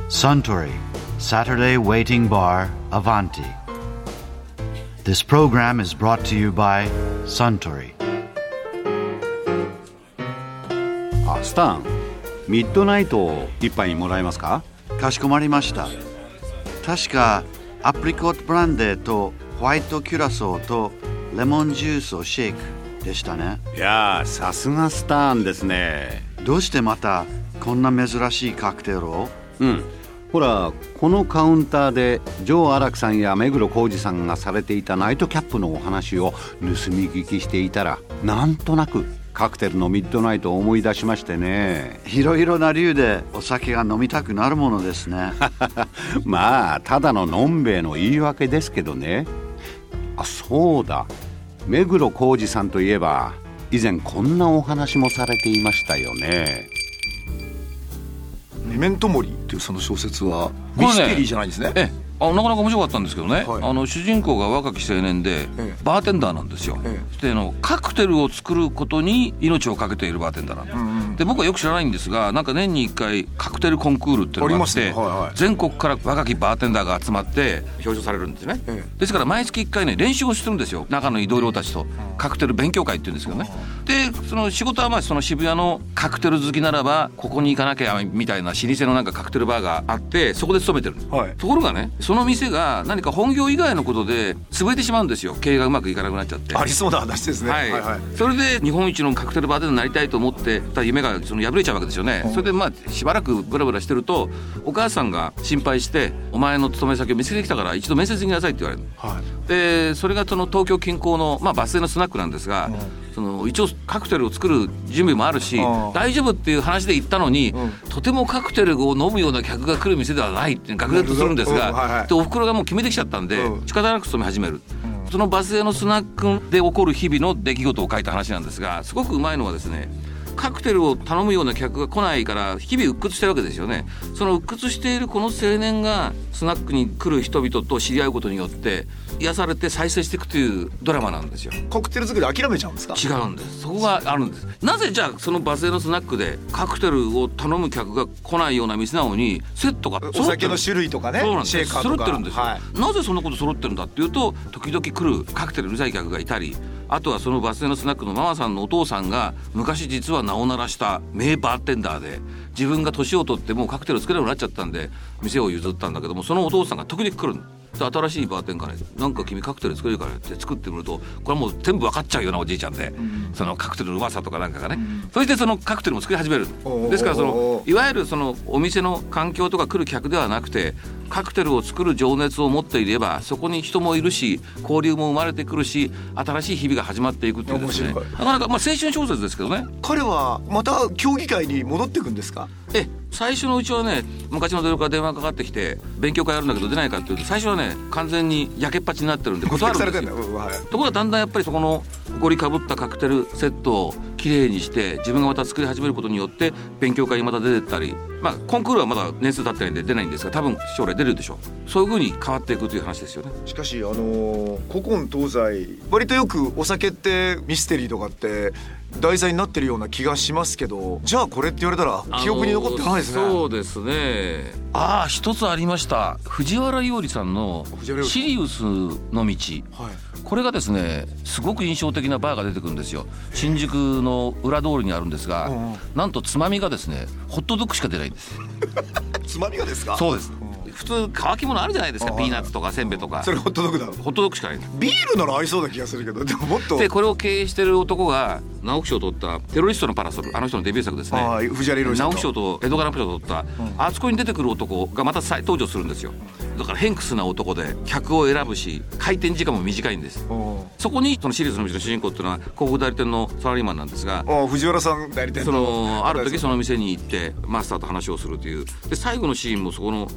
Suntory Saturday Waiting Bar Avanti. This program is brought to you by Suntory. スタン、ミッドナイト一杯もらえますか？ かしこまりました。確かアプリコットブランデーとホワイトキュラソーとレモンジュースをシェイクでしたね。 いやー、さすがスタンですね。 どうしてまたこんな珍しいカクテルを？ ほら、このカウンターでジョー・アラクさんや目黒浩二さんがされていたナイトキャップのお話を盗み聞きしていたら、なんとなくカクテルのミッドナイトを思い出しましてね。 いろいろな理由でお酒が飲みたくなるものですね。 まあただののんべえの言い訳ですけどね。あ、そうだ、目黒浩二さんといえば以前こんなお話もされていましたよね。 メメントモリっていうその小説はミステリーじゃないんですね。 なかなか面白かったんですけどね、主人公が若き青年でバーテンダーなんですよ。でカクテルを作ることに命を懸けているバーテンダーなんで、僕はよく知らないんですが、なんか年に1回カクテルコンクールっていうのがあって、全国から若きバーテンダーが集まって表彰されるんですね。ですから毎月1回ね、練習をするんですよ、仲のいい同僚たちと。カクテル勉強会っていうんですけどね。でその仕事はまあその渋谷のカクテル好きならばここに行かなきゃみたいな老舗のなんかカクテルバーがあって、そこで勤めてる、ところがね、その店が何か本業以外のことで潰れてしまうんですよ。経営がうまくいかなくなっちゃって。 ありそうな話ですね。 それで日本一のカクテルバーテンダーになりたいと思ってた夢がその破れちゃうわけですよね。それでまあしばらくブラブラしてると、お母さんが心配して、お前の勤め先を見つけてきたから一度面接に来なさいって言われる、でそれがその東京近郊の、バス停のスナックなんですが、その一応カクテルを作る準備もあるし、大丈夫っていう話で行ったのに、とてもカクテルを飲むような客が来る店ではないって愕然とするんですが、でお袋がもう決めてきちゃったんで、仕方なく勤め始める。そのバス停のスナックで起こる日々の出来事を書いた話なんですが、すごくうまいのはですね、カクテルを頼むような客が来ないから日々鬱屈してるわけですよね。その鬱屈しているこの青年がスナックに来る人々と知り合うことによって癒されて再生していくというドラマなんですよ。 カクテル作り諦めちゃうんですか？ 違うんです。そこがあるんです。なぜじゃあそのバス停のスナックでカクテルを頼む客が来ないような店なのにセットがお酒の種類とかね、シェーカーとか揃ってるんですよ、なぜそんなこと揃ってるんだっていうと、時々来るカクテルうるさい客がいたり、あとはそのバス停のスナックのママさんのお父さんが昔実は名を鳴らした名バーテンダーで、自分が年を取ってもうカクテル作れなくなっちゃったんで店を譲ったんだけども、そのお父さんが時々来るので、新しいバーテンからなんか君カクテル作れるからって作ってみると、これはもう全部分かっちゃうようなおじいちゃんで、そのカクテルのうまさとかなんかがね、そしてそのカクテルも作り始める。ですからそのいわゆるそのお店の環境とか来る客ではなくて、カクテルを作る情熱を持っていればそこに人もいるし、交流も生まれてくるし、新しい日々が始まっていくっていうですね、なかなか青春小説ですけどね。 彼はまた競技会に戻っていくんですか？ 最初のうちはね、昔の同僚から電話かかってきて、勉強会やるんだけど出ないかって言うと、最初はね完全にやけっぱちになってるんで断るんですよ。ところがだんだんやっぱりそこの埃かぶったカクテルセットをきれいにして自分がまた作り始めることによって勉強会にまた出てったり、コンクールはまだ年数経ってないんで出ないんですが、多分将来出るでしょう。そういう風に変わっていくという話ですよね。 しかし古今東西割とよくお酒ってミステリーとかって題材になってるような気がしますけど、じゃあこれって言われたら記憶に残ってないですね。 そうですね。一つありました。藤原伊織さんのシリウスの道、これがですねすごく印象的なバーが出てくるんですよ。新宿の裏通りにあるんですが、なんとつまみがですねホットドッグしか出ないんです。 つまみがですか？ そうです。普通乾き物あるじゃないですか、ピーナッツとかせんべいとか。 それホットドッグだ。 ホットドッグしかない。 ビールなら合いそうな気がするけど、でももっと。 でこれを経営してる男が直木賞を取ったテロリストのパラソル、あの人のデビュー作ですね。 藤原宏さんの直木賞と江戸川乱歩賞を取った、あそこに出てくる男がまた再登場するんですよ。だから偏屈な男で客を選ぶし、開店時間も短いんです。そこにそのシリーズの道の主人公っていうのは広告代理店のサラリーマンなんですが、 藤原さん代理店ある時その店に行ってマスターと話をするという。で最後のシーンもそこのマスター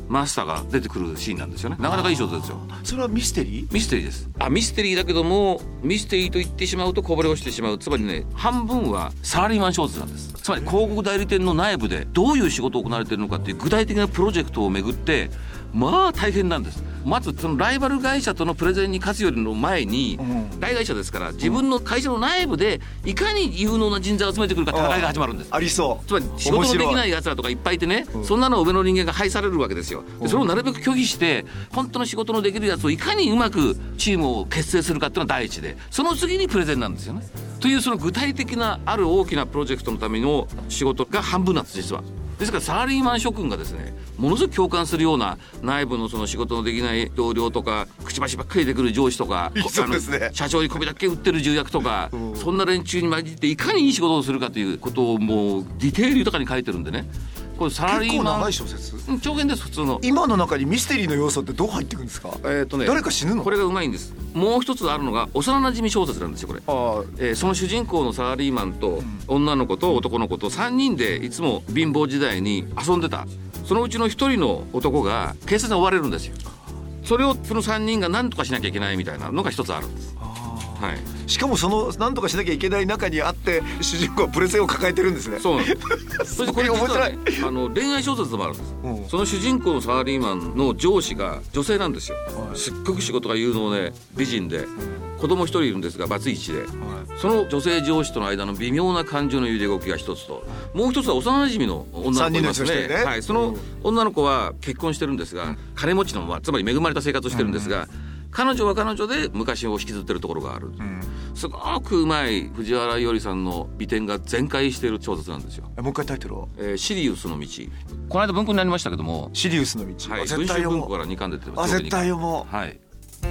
者が出てくるシーンなんですよね。なかなかいいショートですよ。 それはミステリー？ ミステリーです。ミステリーだけどもミステリーと言ってしまうとこぼれ落ちてしまう。つまりね、半分はサラリーマン小説なんです。つまり広告代理店の内部でどういう仕事を行われているのかっていう具体的なプロジェクトをめぐってまあ大変なんです。まずそのライバル会社とのプレゼンに勝つよりの前に、大会社ですから自分の会社の内部でいかに有能な人材を集めてくるか戦いが始まるんです。 ありそう。 つまり仕事のできない奴らとかいっぱいいてね、そんなの上の人間が配されるわけですよ。でそれをなるべく拒否して本当の仕事のできる奴をいかにうまくチームを結成するかっていうのが第一で、その次にプレゼンなんですよね。というその具体的なある大きなプロジェクトのための仕事が半分なんです。実はですからサラリーマン諸君がですね、ものすごく共感するような内部のその仕事のできない同僚とか口走ばっかり出てくる上司とか、 そうですね、 社長に媚びだけ売ってる重役とか、そんな連中に混じっていかにいい仕事をするかということをもうディテール豊かに書いてるんでね。これサラリーマン結構長い小説？ 長編です。普通の。今の中にミステリーの要素ってどう入ってくるんですか？誰か死ぬの？ これがうまいんです。もう一つあるのが幼馴染小説なんですよこれ。その主人公のサラリーマンと女の子と男の子と3人でいつも貧乏時代に遊んでた。そのうちの1人の男が警察に追われるんですよ。それをその3人が何とかしなきゃいけないみたいなのが一つあるんです。はい、 しかもその何とかしなきゃいけない中にあって主人公はプレゼンを抱えてるんですね。 そうなんです。そしてこれ実はね、恋愛小説でもあるんです、その主人公のサラリーマンの上司が女性なんですよ、すっごく仕事が有能で美人で子供一人いるんですがバツイチで、その女性上司との間の微妙な感情の揺れ動きが一つと、もう一つは幼馴染の女の子いますね。はい、その女の子は結婚してるんですが、金持ちの、つまり恵まれた生活をしてるんですが、彼女は彼女で昔を引きずってるところがある、すごくうまい藤原伊織さんの美点が全開している小説なんですよ。 もう一回タイトルを、 シリウスの道。この間文庫になりましたけども、 シリウスの道、 はい、文春文庫から2巻出てます。 絶対読もう。 はい、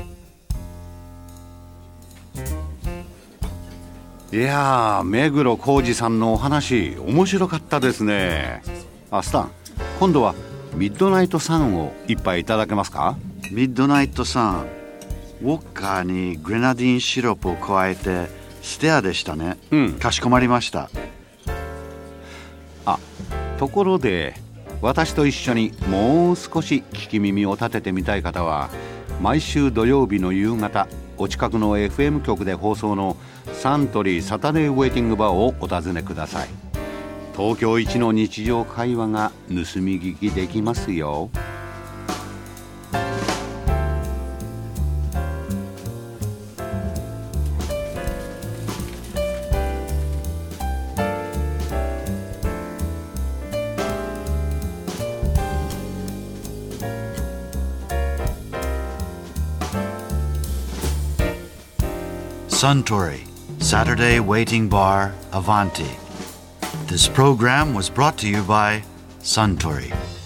いやー、目黒浩二さんのお話面白かったですね。スタン、今度はミッドナイトサンを一杯いただけますか？ ミッドナイトサン、ウォッカーにグレナディンシロップを加えてステアでしたね。かしこまりました。 ところで私と一緒にもう少し聞き耳を立ててみたい方は、毎週土曜日の夕方お近くの FM 局で放送のサントリーサタデーウェイティングバーをお尋ねください。東京一の日常会話が盗み聞きできますよ。 Suntory Saturday Waiting Bar Avanti. This program was brought to you by Suntory.